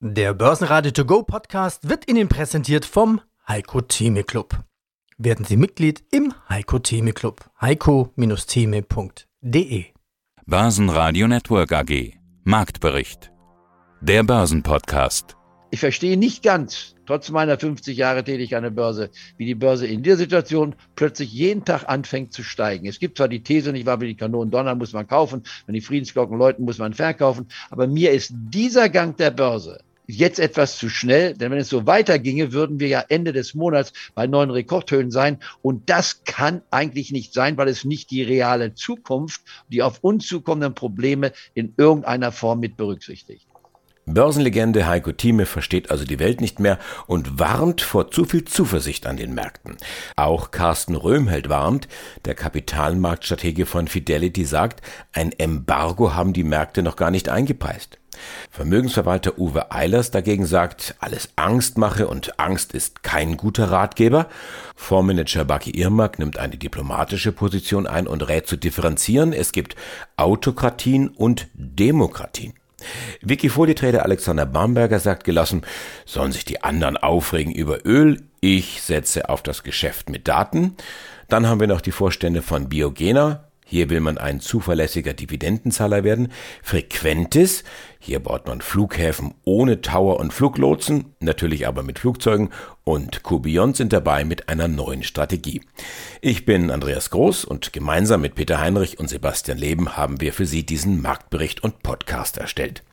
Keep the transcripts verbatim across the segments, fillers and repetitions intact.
Der Börsenradio To Go Podcast wird Ihnen präsentiert vom Heiko Theme Club. Werden Sie Mitglied im Heiko Theme Club. heiko Theme punkt de. Börsenradio Network A G. Marktbericht. Der Börsenpodcast. Ich verstehe nicht ganz, trotz meiner fünfzig Jahre Tätigkeit an der Börse, wie die Börse in dieser Situation plötzlich jeden Tag anfängt zu steigen. Es gibt zwar die These, nicht wahr, wenn die Kanonen donnern, muss man kaufen, wenn die Friedensglocken läuten, muss man verkaufen, aber mir ist dieser Gang der Börse jetzt etwas zu schnell, denn wenn es so weiterginge, würden wir ja Ende des Monats bei neuen Rekordhöhen sein und das kann eigentlich nicht sein, weil es nicht die reale Zukunft, die auf uns zukommenden Probleme in irgendeiner Form mit berücksichtigt. Börsenlegende Heiko Thieme versteht also die Welt nicht mehr und warnt vor zu viel Zuversicht an den Märkten. Auch Carsten Röhmheld warnt, der Kapitalmarktstratege von Fidelity sagt, ein Embargo haben die Märkte noch gar nicht eingepreist. Vermögensverwalter Uwe Eilers dagegen sagt, alles Angst mache und Angst ist kein guter Ratgeber. Fondsmanager Baki Irmak nimmt eine diplomatische Position ein und rät zu differenzieren. Es gibt Autokratien und Demokratien. Wikifolio-Trader Alexander Bamberger sagt gelassen, sollen sich die anderen aufregen über Öl, ich setze auf das Geschäft mit Daten. Dann haben wir noch die Vorstände von Biogena, hier will man ein zuverlässiger Dividendenzahler werden. Frequentis, hier baut man Flughäfen ohne Tower und Fluglotsen, natürlich aber mit Flugzeugen. Und Kubion sind dabei mit einer neuen Strategie. Ich bin Andreas Groß und gemeinsam mit Peter Heinrich und Sebastian Leben haben wir für Sie diesen Marktbericht und Podcast erstellt.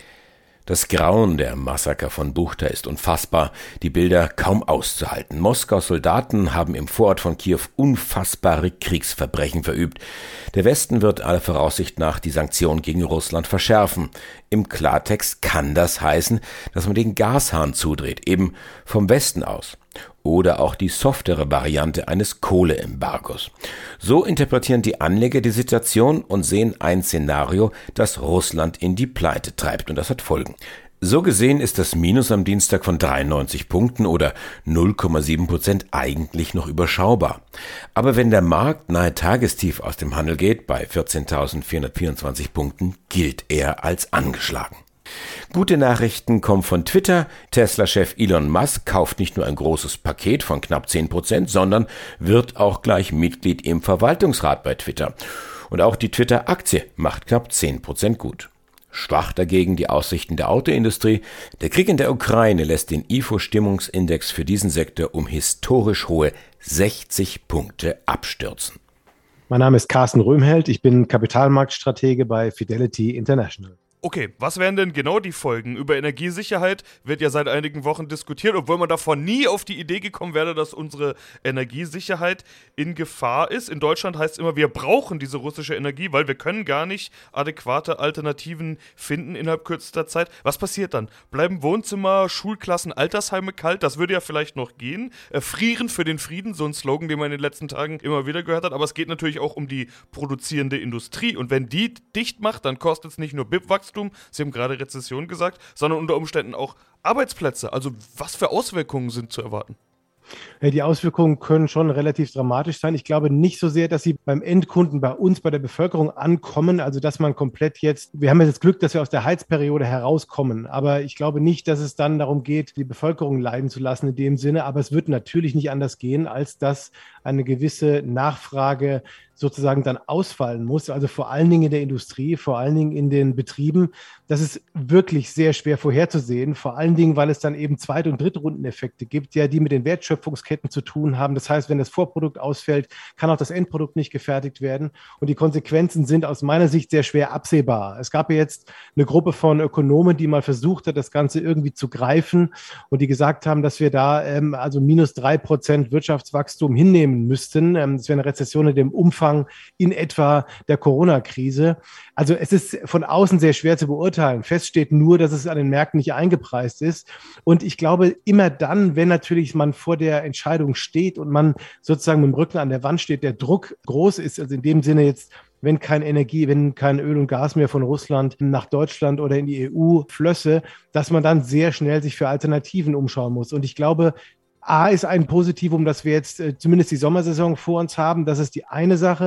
Das Grauen der Massaker von Buchta ist unfassbar, die Bilder kaum auszuhalten. Moskaus Soldaten haben im Vorort von Kiew unfassbare Kriegsverbrechen verübt. Der Westen wird aller Voraussicht nach die Sanktionen gegen Russland verschärfen. Im Klartext kann das heißen, dass man den Gashahn zudreht, eben vom Westen aus. Oder auch die softere Variante eines Kohleembargos. So interpretieren die Anleger die Situation und sehen ein Szenario, das Russland in die Pleite treibt. Und das hat Folgen. So gesehen ist das Minus am Dienstag von dreiundneunzig Punkten oder null Komma sieben Prozent eigentlich noch überschaubar. Aber wenn der Markt nahe Tagestief aus dem Handel geht, bei vierzehntausendvierhundertvierundzwanzig Punkten, gilt er als angeschlagen. Gute Nachrichten kommen von Twitter. Tesla-Chef Elon Musk kauft nicht nur ein großes Paket von knapp zehn Prozent, sondern wird auch gleich Mitglied im Verwaltungsrat bei Twitter. Und auch die Twitter-Aktie macht knapp zehn Prozent gut. Schwach dagegen die Aussichten der Autoindustrie. Der Krieg in der Ukraine lässt den I F O-Stimmungsindex für diesen Sektor um historisch hohe sechzig Punkte abstürzen. Mein Name ist Carsten Röhmheld. Ich bin Kapitalmarktstratege bei Fidelity International. Okay, was wären denn genau die Folgen? Über Energiesicherheit wird ja seit einigen Wochen diskutiert, obwohl man davon nie auf die Idee gekommen wäre, dass unsere Energiesicherheit in Gefahr ist. In Deutschland heißt es immer, wir brauchen diese russische Energie, weil wir können gar nicht adäquate Alternativen finden innerhalb kürzester Zeit. Was passiert dann? Bleiben Wohnzimmer, Schulklassen, Altersheime kalt? Das würde ja vielleicht noch gehen. Äh, frieren für den Frieden, so ein Slogan, den man in den letzten Tagen immer wieder gehört hat. Aber es geht natürlich auch um die produzierende Industrie. Und wenn die dicht macht, dann kostet es nicht nur B I P-Wachstum, Sie haben gerade Rezession gesagt, sondern unter Umständen auch Arbeitsplätze. Also was für Auswirkungen sind zu erwarten? Ja, die Auswirkungen können schon relativ dramatisch sein. Ich glaube nicht so sehr, dass sie beim Endkunden, bei uns, bei der Bevölkerung ankommen. Also dass man komplett jetzt, wir haben jetzt das Glück, dass wir aus der Heizperiode herauskommen. Aber ich glaube nicht, dass es dann darum geht, die Bevölkerung leiden zu lassen in dem Sinne. Aber es wird natürlich nicht anders gehen, als dass eine gewisse Nachfrage sozusagen dann ausfallen muss, also vor allen Dingen in der Industrie, vor allen Dingen in den Betrieben. Das ist wirklich sehr schwer vorherzusehen, vor allen Dingen, weil es dann eben Zweit- und Drittrundeneffekte gibt, ja, die mit den Wertschöpfungsketten zu tun haben. Das heißt, wenn das Vorprodukt ausfällt, kann auch das Endprodukt nicht gefertigt werden. Und die Konsequenzen sind aus meiner Sicht sehr schwer absehbar. Es gab ja jetzt eine Gruppe von Ökonomen, die mal versucht hat, das Ganze irgendwie zu greifen und die gesagt haben, dass wir da ähm, also minus drei Prozent Wirtschaftswachstum hinnehmen müssten. Ähm, das wäre eine Rezession in dem Umfang in etwa der Corona-Krise. Also es ist von außen sehr schwer zu beurteilen. Fest steht nur, dass es an den Märkten nicht eingepreist ist. Und ich glaube, immer dann, wenn natürlich man vor der Entscheidung steht und man sozusagen mit dem Rücken an der Wand steht, der Druck groß ist, also in dem Sinne jetzt, wenn keine Energie, wenn kein Öl und Gas mehr von Russland nach Deutschland oder in die E U flösse, dass man dann sehr schnell sich für Alternativen umschauen muss. Und ich glaube, A ist ein Positivum, dass wir jetzt äh, zumindest die Sommersaison vor uns haben. Das ist die eine Sache.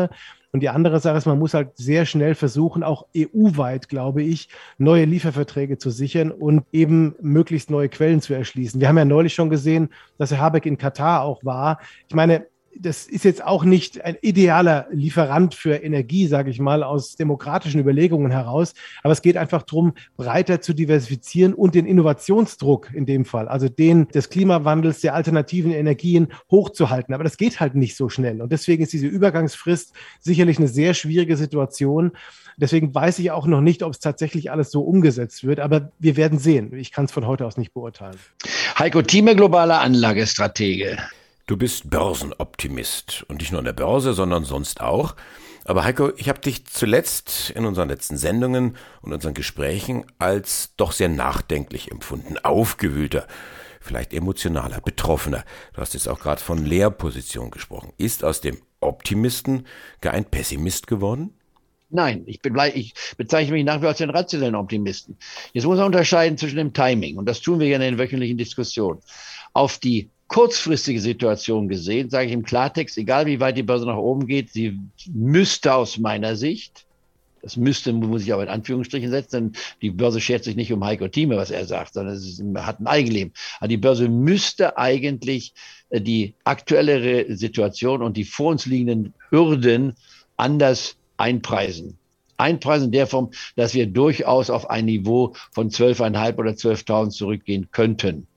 Und die andere Sache ist, man muss halt sehr schnell versuchen, auch E U-weit, glaube ich, neue Lieferverträge zu sichern und eben möglichst neue Quellen zu erschließen. Wir haben ja neulich schon gesehen, dass Herr Habeck in Katar auch war. Ich meine, das ist jetzt auch nicht ein idealer Lieferant für Energie, sage ich mal, aus demokratischen Überlegungen heraus. Aber es geht einfach darum, breiter zu diversifizieren und den Innovationsdruck in dem Fall, also den des Klimawandels, der alternativen Energien hochzuhalten. Aber das geht halt nicht so schnell. Und deswegen ist diese Übergangsfrist sicherlich eine sehr schwierige Situation. Deswegen weiß ich auch noch nicht, ob es tatsächlich alles so umgesetzt wird. Aber wir werden sehen. Ich kann es von heute aus nicht beurteilen. Heiko Thieme, globaler Anlagestratege. Du bist Börsenoptimist und nicht nur an der Börse, sondern sonst auch. Aber Heiko, ich habe dich zuletzt in unseren letzten Sendungen und unseren Gesprächen als doch sehr nachdenklich empfunden, aufgewühlter, vielleicht emotionaler, betroffener. Du hast jetzt auch gerade von Leerposition gesprochen. Ist aus dem Optimisten gar ein Pessimist geworden? Nein, ich, bin, ich bezeichne mich nach wie vor als den rationellen Optimisten. Jetzt muss man unterscheiden zwischen dem Timing, und das tun wir ja in den wöchentlichen Diskussionen. Auf die kurzfristige Situation gesehen, sage ich im Klartext, egal wie weit die Börse nach oben geht, sie müsste aus meiner Sicht, das müsste, muss ich aber in Anführungsstrichen setzen, denn die Börse schert sich nicht um Heiko Thieme, was er sagt, sondern es ist, hat ein Eigenleben. Aber die Börse müsste eigentlich die aktuellere Situation und die vor uns liegenden Hürden anders einpreisen. Einpreisen in der Form, dass wir durchaus auf ein Niveau von zwölftausendfünfhundert oder zwölftausend zurückgehen könnten.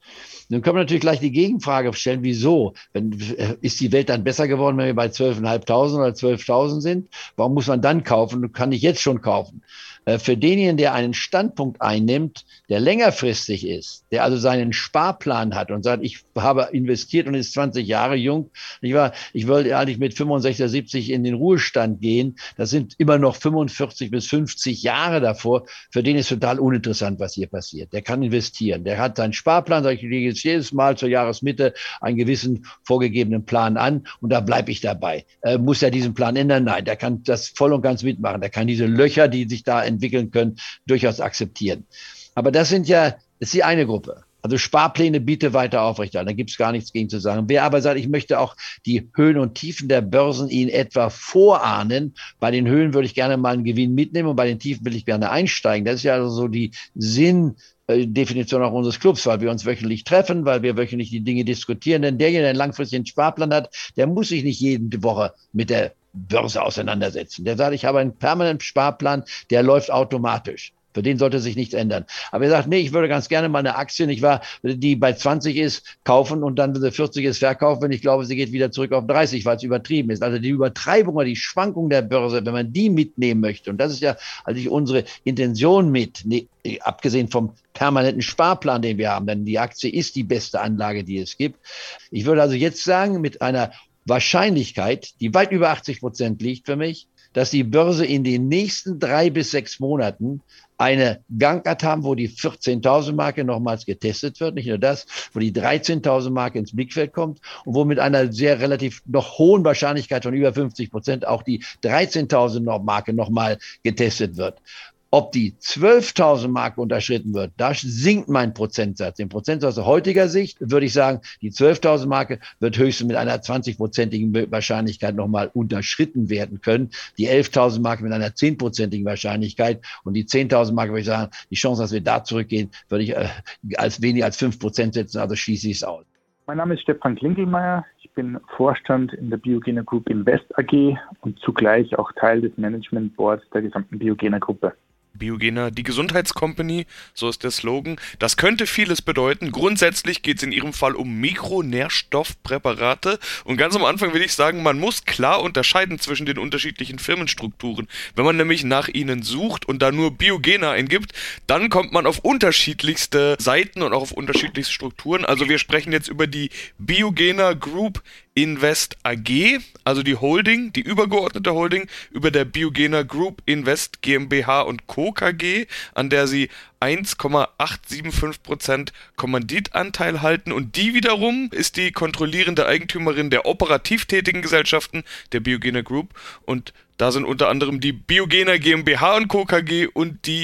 Nun können wir natürlich gleich die Gegenfrage stellen, wieso? Wenn, ist die Welt dann besser geworden, wenn wir bei zwölftausendfünfhundert oder zwölftausend sind? Warum muss man dann kaufen? Kann ich jetzt schon kaufen? Für denjenigen, der einen Standpunkt einnimmt, der längerfristig ist, der also seinen Sparplan hat und sagt, ich habe investiert und ist zwanzig Jahre jung, ich war, ich wollte eigentlich mit fünfundsechzig, siebzig in den Ruhestand gehen, das sind immer noch fünfundvierzig bis fünfzig Jahre davor, für den ist total uninteressant, was hier passiert. Der kann investieren, der hat seinen Sparplan, sag ich, lege jetzt jedes Mal zur Jahresmitte einen gewissen vorgegebenen Plan an und da bleibe ich dabei. Äh, muss er diesen Plan ändern? Nein, der kann das voll und ganz mitmachen, der kann diese Löcher, die sich da entwickeln können, durchaus akzeptieren. Aber das sind ja, das ist die eine Gruppe. Also Sparpläne biete weiter aufrechterhalten, da gibt es gar nichts gegen zu sagen. Wer aber sagt, ich möchte auch die Höhen und Tiefen der Börsen Ihnen etwa vorahnen, bei den Höhen würde ich gerne mal einen Gewinn mitnehmen und bei den Tiefen will ich gerne einsteigen. Das ist ja also so die Sinndefinition auch unseres Clubs, weil wir uns wöchentlich treffen, weil wir wöchentlich die Dinge diskutieren. Denn derjenige, der einen langfristigen Sparplan hat, der muss sich nicht jede Woche mit der Börse auseinandersetzen. Der sagt, ich habe einen permanenten Sparplan, der läuft automatisch. Für den sollte sich nichts ändern. Aber er sagt, nee, ich würde ganz gerne mal eine Aktie, nicht wahr, die bei zwanzig ist, kaufen und dann, wenn sie vierzig ist, verkaufen, wenn ich glaube, sie geht wieder zurück auf dreißig, weil es übertrieben ist. Also die Übertreibung oder die Schwankung der Börse, wenn man die mitnehmen möchte, und das ist ja eigentlich unsere Intention mit, nee, abgesehen vom permanenten Sparplan, den wir haben, denn die Aktie ist die beste Anlage, die es gibt. Ich würde also jetzt sagen, mit einer Wahrscheinlichkeit, die weit über achtzig Prozent liegt für mich, dass die Börse in den nächsten drei bis sechs Monaten eine Gangart haben, wo die vierzehntausend Marke nochmals getestet wird. Nicht nur das, wo die dreizehntausend Marke ins Blickfeld kommt und wo mit einer sehr relativ noch hohen Wahrscheinlichkeit von über fünfzig Prozent auch die dreizehntausend Marke nochmal getestet wird. Ob die zwölftausend Marke unterschritten wird, da sinkt mein Prozentsatz. Den Prozentsatz aus heutiger Sicht würde ich sagen, die zwölftausend Marke wird höchstens mit einer zwanzigprozentigen Wahrscheinlichkeit nochmal unterschritten werden können. Die elftausend Marke mit einer zehnprozentigen Wahrscheinlichkeit und die zehntausend Marke würde ich sagen, die Chance, dass wir da zurückgehen, würde ich äh, als weniger als fünf Prozent setzen, also schließe ich es aus. Mein Name ist Stefan Klingelmeier. Ich bin Vorstand in der Biogena Group Invest A G und zugleich auch Teil des Management Boards der gesamten Biogena Gruppe. Biogena, die Gesundheitscompany, so ist der Slogan. Das könnte vieles bedeuten. Grundsätzlich geht es in Ihrem Fall um Mikronährstoffpräparate. Und ganz am Anfang will ich sagen, man muss klar unterscheiden zwischen den unterschiedlichen Firmenstrukturen. Wenn man nämlich nach ihnen sucht und da nur Biogena eingibt, dann kommt man auf unterschiedlichste Seiten und auch auf unterschiedlichste Strukturen. Also wir sprechen jetzt über die Biogena Group Invest A G, also die Holding, die übergeordnete Holding, über der Biogena Group Invest GmbH und Co. K G, an der sie eins Komma acht sieben fünf Prozent Kommanditanteil halten und die wiederum ist die kontrollierende Eigentümerin der operativ tätigen Gesellschaften der Biogena Group und da sind unter anderem die Biogena GmbH und Co. K G und die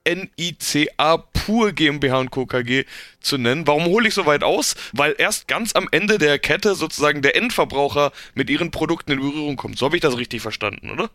N I C A Pur GmbH und Co. K G zu nennen. Warum hole ich so weit aus? Weil erst ganz am Ende der Kette sozusagen der Endverbraucher mit ihren Produkten in Berührung kommt. So habe ich das richtig verstanden, oder?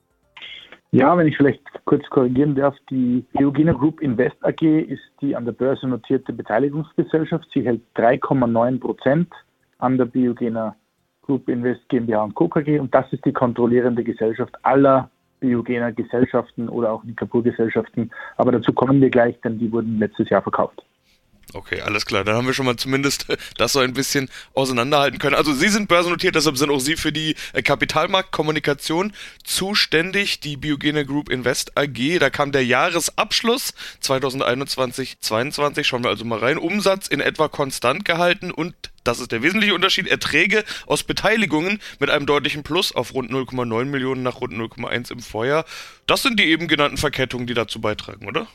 Ja, wenn ich vielleicht kurz korrigieren darf, die Biogena Group Invest A G ist die an der Börse notierte Beteiligungsgesellschaft. Sie hält drei Komma neun Prozent an der Biogena Group Invest GmbH und Co. K G und das ist die kontrollierende Gesellschaft aller Biogena Gesellschaften oder auch Nikapur Gesellschaften. Aber dazu kommen wir gleich, denn die wurden letztes Jahr verkauft. Okay, alles klar. Dann haben wir schon mal zumindest das so ein bisschen auseinanderhalten können. Also Sie sind börsennotiert, deshalb sind auch Sie für die Kapitalmarktkommunikation zuständig. Die Biogena Group Invest A G, da kam der Jahresabschluss zwanzig einundzwanzig zweiundzwanzig. Schauen wir also mal rein. Umsatz in etwa konstant gehalten und das ist der wesentliche Unterschied. Erträge aus Beteiligungen mit einem deutlichen Plus auf rund null Komma neun Millionen nach rund null Komma eins im Vorjahr. Das sind die eben genannten Verkettungen, die dazu beitragen, oder?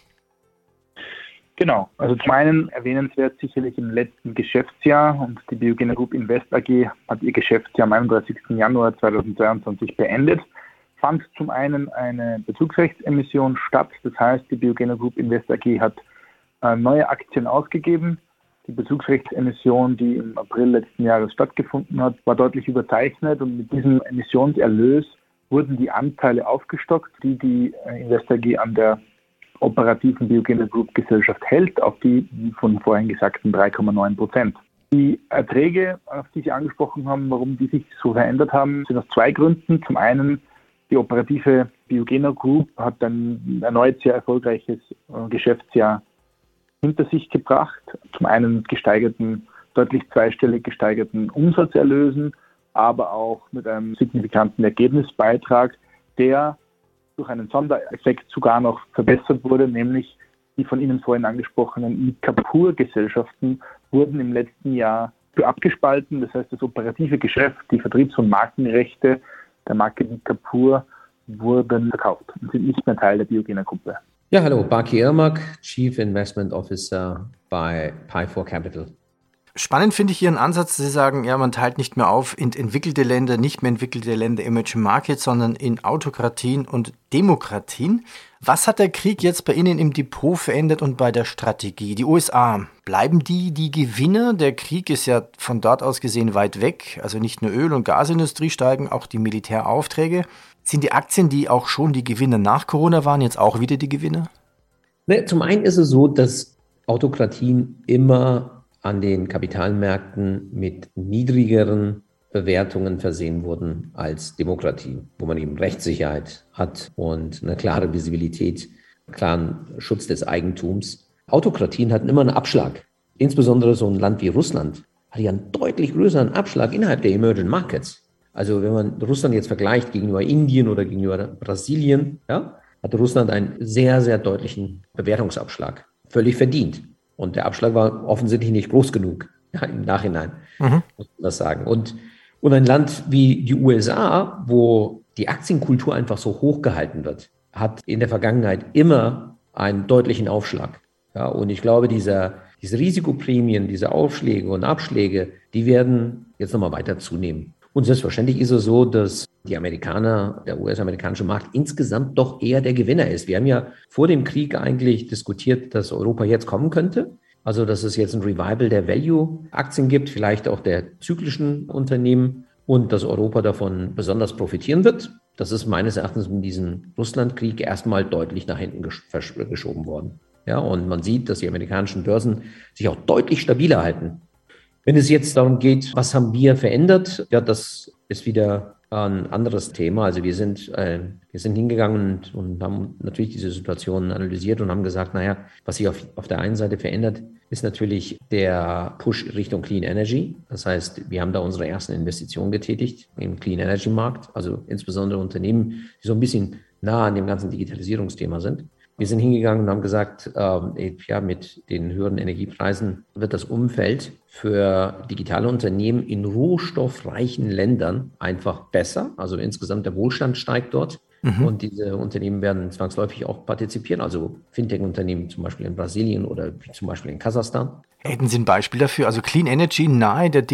Genau, also zum einen erwähnenswert sicherlich im letzten Geschäftsjahr und die Biogena Group Invest A G hat ihr Geschäftsjahr am einunddreißigsten Januar zweitausendzweiundzwanzig beendet. Fand zum einen eine Bezugsrechtsemission statt, das heißt die Biogena Group Invest A G hat äh, neue Aktien ausgegeben. Die Bezugsrechtsemission, die im April letzten Jahres stattgefunden hat, war deutlich überzeichnet und mit diesem Emissionserlös wurden die Anteile aufgestockt, die die äh, Invest A G an der operativen Biogena Group Gesellschaft hält, auf die von vorhin gesagten drei Komma neun Prozent. Die Erträge, auf die Sie angesprochen haben, warum die sich so verändert haben, sind aus zwei Gründen. Zum einen, die operative Biogena Group hat ein erneut sehr erfolgreiches Geschäftsjahr hinter sich gebracht. Zum einen mit gesteigerten, deutlich zweistellig gesteigerten Umsatzerlösen, aber auch mit einem signifikanten Ergebnisbeitrag, der durch einen Sondereffekt sogar noch verbessert wurde, nämlich die von Ihnen vorhin angesprochenen Nikapur-Gesellschaften wurden im letzten Jahr abgespalten. Das heißt, das operative Geschäft, die Vertriebs- und Markenrechte der Marke Nikapur wurden verkauft und sind nicht mehr Teil der Biogena-Gruppe. Ja, hallo, Baki Irmak, Chief Investment Officer bei Pi four Capital. Spannend finde ich Ihren Ansatz, Sie sagen, ja, man teilt nicht mehr auf in entwickelte Länder, nicht mehr entwickelte Länder, Emerging Markets, sondern in Autokratien und Demokratien. Was hat der Krieg jetzt bei Ihnen im Depot verändert und bei der Strategie? Die U S A, bleiben die die Gewinner? Der Krieg ist ja von dort aus gesehen weit weg. Also nicht nur Öl- und Gasindustrie steigen, auch die Militäraufträge. Sind die Aktien, die auch schon die Gewinner nach Corona waren, jetzt auch wieder die Gewinner? Ne, zum einen ist es so, dass Autokratien immer an den Kapitalmärkten mit niedrigeren Bewertungen versehen wurden als Demokratie, wo man eben Rechtssicherheit hat und eine klare Visibilität, klaren Schutz des Eigentums. Autokratien hatten immer einen Abschlag. Insbesondere so ein Land wie Russland hat ja einen deutlich größeren Abschlag innerhalb der Emerging Markets. Also wenn man Russland jetzt vergleicht gegenüber Indien oder gegenüber Brasilien, ja, hat Russland einen sehr, sehr deutlichen Bewertungsabschlag. Völlig verdient. Und der Abschlag war offensichtlich nicht groß genug, ja, im Nachhinein, mhm. muss man das sagen. Und, und ein Land wie die U S A, wo die Aktienkultur einfach so hoch gehalten wird, hat in der Vergangenheit immer einen deutlichen Aufschlag. Ja, und ich glaube, dieser, diese Risikoprämien, diese Aufschläge und Abschläge, die werden jetzt nochmal weiter zunehmen. Und selbstverständlich ist es so, dass die Amerikaner, der U S-amerikanische Markt insgesamt doch eher der Gewinner ist. Wir haben ja vor dem Krieg eigentlich diskutiert, dass Europa jetzt kommen könnte. Also, dass es jetzt ein Revival der Value-Aktien gibt, vielleicht auch der zyklischen Unternehmen und dass Europa davon besonders profitieren wird. Das ist meines Erachtens in diesem Russlandkrieg erstmal deutlich nach hinten gesch- geschoben worden. Ja, und man sieht, dass die amerikanischen Börsen sich auch deutlich stabiler halten. Wenn es jetzt darum geht, was haben wir verändert, ja, das ist wieder ein anderes Thema. Also wir sind, äh, wir sind hingegangen und, und haben natürlich diese Situation analysiert und haben gesagt, naja, was sich auf, auf der einen Seite verändert, ist natürlich der Push Richtung Clean Energy. Das heißt, wir haben da unsere ersten Investitionen getätigt im Clean Energy Markt, also insbesondere Unternehmen, die so ein bisschen nah an dem ganzen Digitalisierungsthema sind. Wir sind hingegangen und haben gesagt, äh, ja, mit den höheren Energiepreisen wird das Umfeld für digitale Unternehmen in rohstoffreichen Ländern einfach besser. Also insgesamt der Wohlstand steigt dort mhm. und diese Unternehmen werden zwangsläufig auch partizipieren. Also Fintech-Unternehmen zum Beispiel in Brasilien oder zum Beispiel in Kasachstan. Hätten Sie ein Beispiel dafür? Also Clean Energy nahe der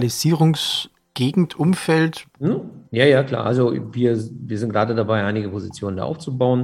Digitalisierungsgegend, Umfeld? Ja, ja, klar. Also wir, wir sind gerade dabei, einige Positionen da aufzubauen.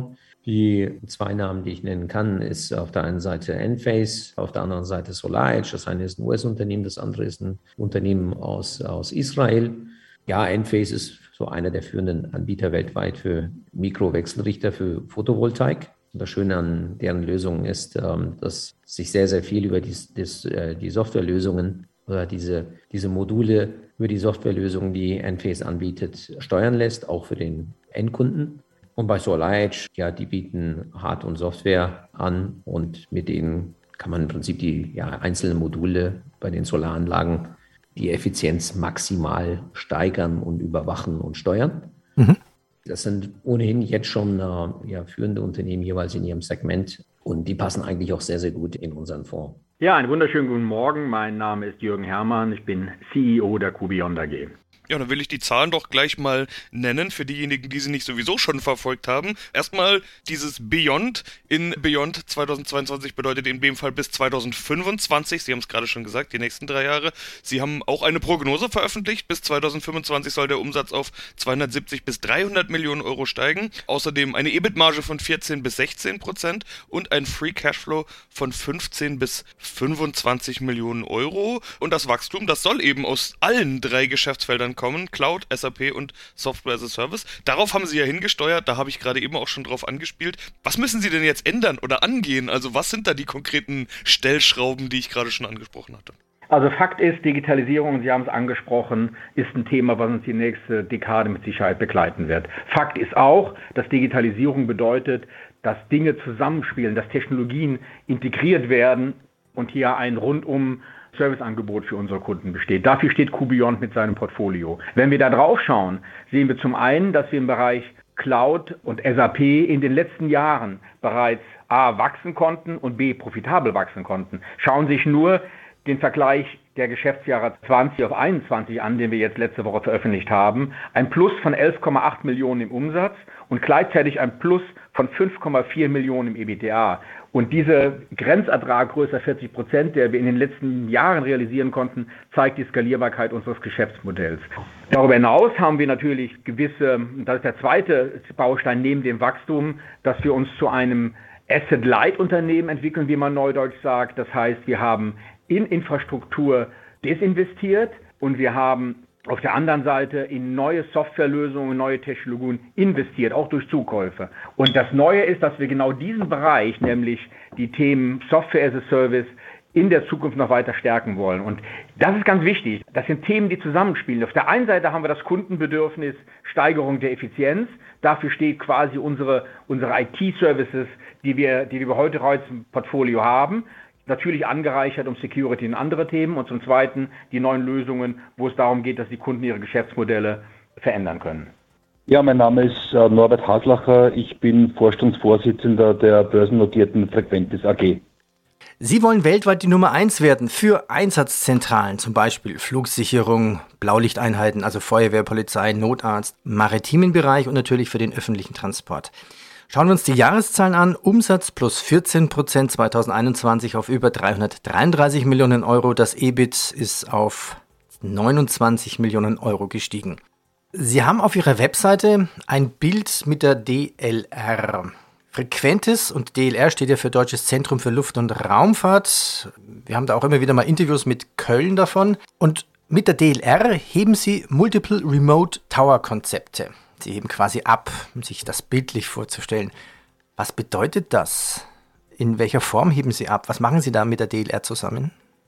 Die zwei Namen, die ich nennen kann, ist auf der einen Seite Enphase, auf der anderen Seite SolarEdge. Das eine ist ein U S-Unternehmen, das andere ist ein Unternehmen aus, aus Israel. Ja, Enphase ist so einer der führenden Anbieter weltweit für Mikrowechselrichter für Photovoltaik. Und das Schöne an deren Lösungen ist, dass sich sehr, sehr viel über die, das, die Softwarelösungen oder diese, diese Module über die Softwarelösungen, die Enphase anbietet, steuern lässt, auch für den Endkunden. Und bei SolarEdge, ja, die bieten Hard- und Software an und mit denen kann man im Prinzip die ja, einzelnen Module bei den Solaranlagen die Effizienz maximal steigern und überwachen und steuern. Mhm. Das sind ohnehin jetzt schon äh, ja, führende Unternehmen jeweils in ihrem Segment und die passen eigentlich auch sehr, sehr gut in unseren Fonds. Ja, einen wunderschönen guten Morgen. Mein Name ist Jürgen Herrmann. Ich bin C E O der Q-Beyond A G. Ja, dann will ich die Zahlen doch gleich mal nennen für diejenigen, die sie nicht sowieso schon verfolgt haben. Erstmal dieses Beyond in Beyond zweitausendzweiundzwanzig bedeutet in dem Fall bis zweitausendfünfundzwanzig. Sie haben es gerade schon gesagt, die nächsten drei Jahre. Sie haben auch eine Prognose veröffentlicht. Bis zweitausendfünfundzwanzig soll der Umsatz auf zweihundertsiebzig bis dreihundert Millionen Euro steigen. Außerdem eine E B I T-Marge von vierzehn bis sechzehn Prozent und ein Free Cashflow von fünfzehn bis fünfundzwanzig Millionen Euro. Und das Wachstum, das soll eben aus allen drei Geschäftsfeldern kommen, Cloud, S A P und Software as a Service. Darauf haben Sie ja hingesteuert, da habe ich gerade eben auch schon drauf angespielt. Was müssen Sie denn jetzt ändern oder angehen? Also was sind da die konkreten Stellschrauben, die ich gerade schon angesprochen hatte? Also Fakt ist, Digitalisierung, Sie haben es angesprochen, ist ein Thema, was uns die nächste Dekade mit Sicherheit begleiten wird. Fakt ist auch, dass Digitalisierung bedeutet, dass Dinge zusammenspielen, dass Technologien integriert werden und hier ein rundum Serviceangebot für unsere Kunden besteht. Dafür steht Q-Beyond mit seinem Portfolio. Wenn wir da drauf schauen, sehen wir zum einen, dass wir im Bereich Cloud und S A P in den letzten Jahren bereits A, wachsen konnten und B, profitabel wachsen konnten. Schauen Sie sich nur den Vergleich der Geschäftsjahre zwanzig auf einundzwanzig an, den wir jetzt letzte Woche veröffentlicht haben. Ein Plus von elf Komma acht Millionen im Umsatz und gleichzeitig ein Plus von fünf Komma vier Millionen im EBITDA. Und dieser Grenzertrag größer vierzig Prozent, der wir in den letzten Jahren realisieren konnten, zeigt die Skalierbarkeit unseres Geschäftsmodells. Darüber hinaus haben wir natürlich gewisse, das ist der zweite Baustein neben dem Wachstum, dass wir uns zu einem Asset-Light-Unternehmen entwickeln, wie man neudeutsch sagt. Das heißt, wir haben in Infrastruktur desinvestiert und wir haben auf der anderen Seite in neue Softwarelösungen, neue Technologien investiert, auch durch Zukäufe. Und das Neue ist, dass wir genau diesen Bereich, nämlich die Themen Software as a Service, in der Zukunft noch weiter stärken wollen. Und das ist ganz wichtig. Das sind Themen, die zusammenspielen. Auf der einen Seite haben wir das Kundenbedürfnis, Steigerung der Effizienz. Dafür steht quasi unsere, unsere I T-Services, die wir, die wir heute heute im Portfolio haben. Natürlich angereichert um Security und andere Themen und zum Zweiten die neuen Lösungen, wo es darum geht, dass die Kunden ihre Geschäftsmodelle verändern können. Ja, mein Name ist äh, Norbert Haslacher. Ich bin Vorstandsvorsitzender der börsennotierten Frequentis A G. Sie wollen weltweit die Nummer eins werden für Einsatzzentralen, zum Beispiel Flugsicherung, Blaulichteinheiten, also Feuerwehr, Polizei, Notarzt, maritimen Bereich und natürlich für den öffentlichen Transport. Schauen wir uns die Jahreszahlen an. Umsatz plus vierzehn Prozent zweitausendeinundzwanzig auf über dreihundertdreiunddreißig Millionen Euro. Das E B I T ist auf neunundzwanzig Millionen Euro gestiegen. Sie haben auf Ihrer Webseite ein Bild mit der D L R. Frequentis und D L R steht ja für Deutsches Zentrum für Luft- und Raumfahrt. Wir haben da auch immer wieder mal Interviews mit Köln davon. Und mit der D L R heben Sie Multiple Remote Tower Konzepte. Sie heben quasi ab, um sich das bildlich vorzustellen. Was bedeutet das? In welcher Form heben Sie ab? Was machen Sie da mit der D L R zusammen?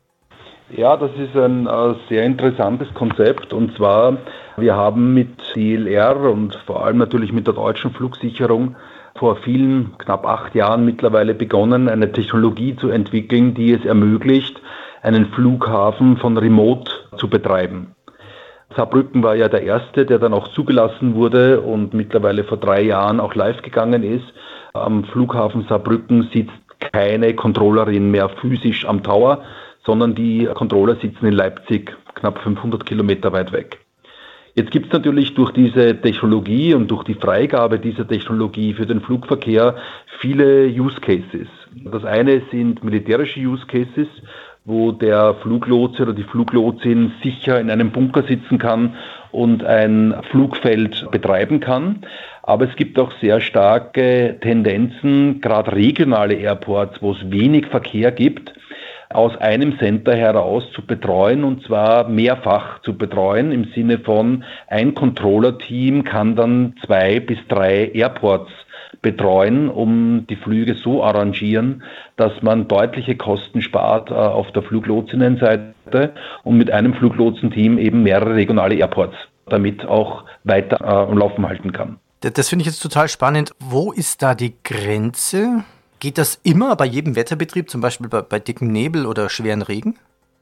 Ja, das ist ein äh, sehr interessantes Konzept. Und zwar, wir haben mit D L R und vor allem natürlich mit der deutschen Flugsicherung vor vielen, knapp acht Jahren mittlerweile begonnen, eine Technologie zu entwickeln, die es ermöglicht, einen Flughafen von Remote zu betreiben. Saarbrücken war ja der erste, der dann auch zugelassen wurde und mittlerweile vor drei Jahren auch live gegangen ist. Am Flughafen Saarbrücken sitzt keine Controllerin mehr physisch am Tower, sondern die Controller sitzen in Leipzig, knapp fünfhundert Kilometer weit weg. Jetzt gibt es natürlich durch diese Technologie und durch die Freigabe dieser Technologie für den Flugverkehr viele Use Cases. Das eine sind militärische Use Cases, wo der Fluglotse oder die Fluglotsin sicher in einem Bunker sitzen kann und ein Flugfeld betreiben kann. Aber es gibt auch sehr starke Tendenzen, gerade regionale Airports, wo es wenig Verkehr gibt, aus einem Center heraus zu betreuen, und zwar mehrfach zu betreuen, im Sinne von ein Controller-Team kann dann zwei bis drei Airports betreuen, um die Flüge so arrangieren, dass man deutliche Kosten spart äh, auf der Fluglotsinnenseite und mit einem Fluglotsenteam eben mehrere regionale Airports damit auch weiter äh, am Laufen halten kann. Das finde ich jetzt total spannend. Wo ist da die Grenze? Geht das immer bei jedem Wetterbetrieb, zum Beispiel bei, bei dickem Nebel oder schweren Regen?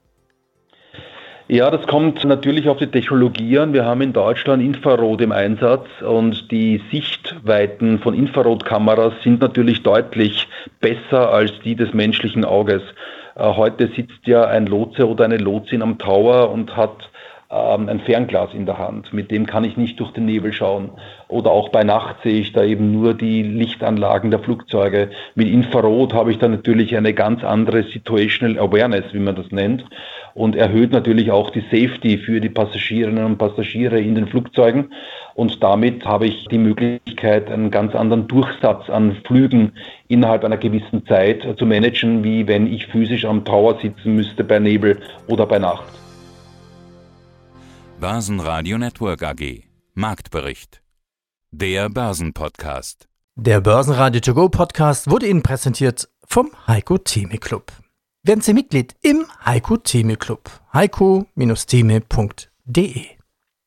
Ja, das kommt natürlich auf die Technologie an. Wir haben in Deutschland Infrarot im Einsatz und die Sichtweiten von Infrarotkameras sind natürlich deutlich besser als die des menschlichen Auges. Heute sitzt ja ein Lotse oder eine Lotsin am Tower und hat ähm, ein Fernglas in der Hand. Mit dem kann ich nicht durch den Nebel schauen. Oder auch bei Nacht sehe ich da eben nur die Lichtanlagen der Flugzeuge. Mit Infrarot habe ich da natürlich eine ganz andere Situational Awareness, wie man das nennt, und erhöht natürlich auch die Safety für die Passagierinnen und Passagiere in den Flugzeugen. Und damit habe ich die Möglichkeit, einen ganz anderen Durchsatz an Flügen innerhalb einer gewissen Zeit zu managen, wie wenn ich physisch am Tower sitzen müsste bei Nebel oder bei Nacht. Börsenradio Network A G. Marktbericht. Der Börsenpodcast. Der Börsenradio To Go Podcast wurde Ihnen präsentiert vom Heiko Theme Club. Werden Sie Mitglied im Heiko Theme Club. heiko Theme punkt de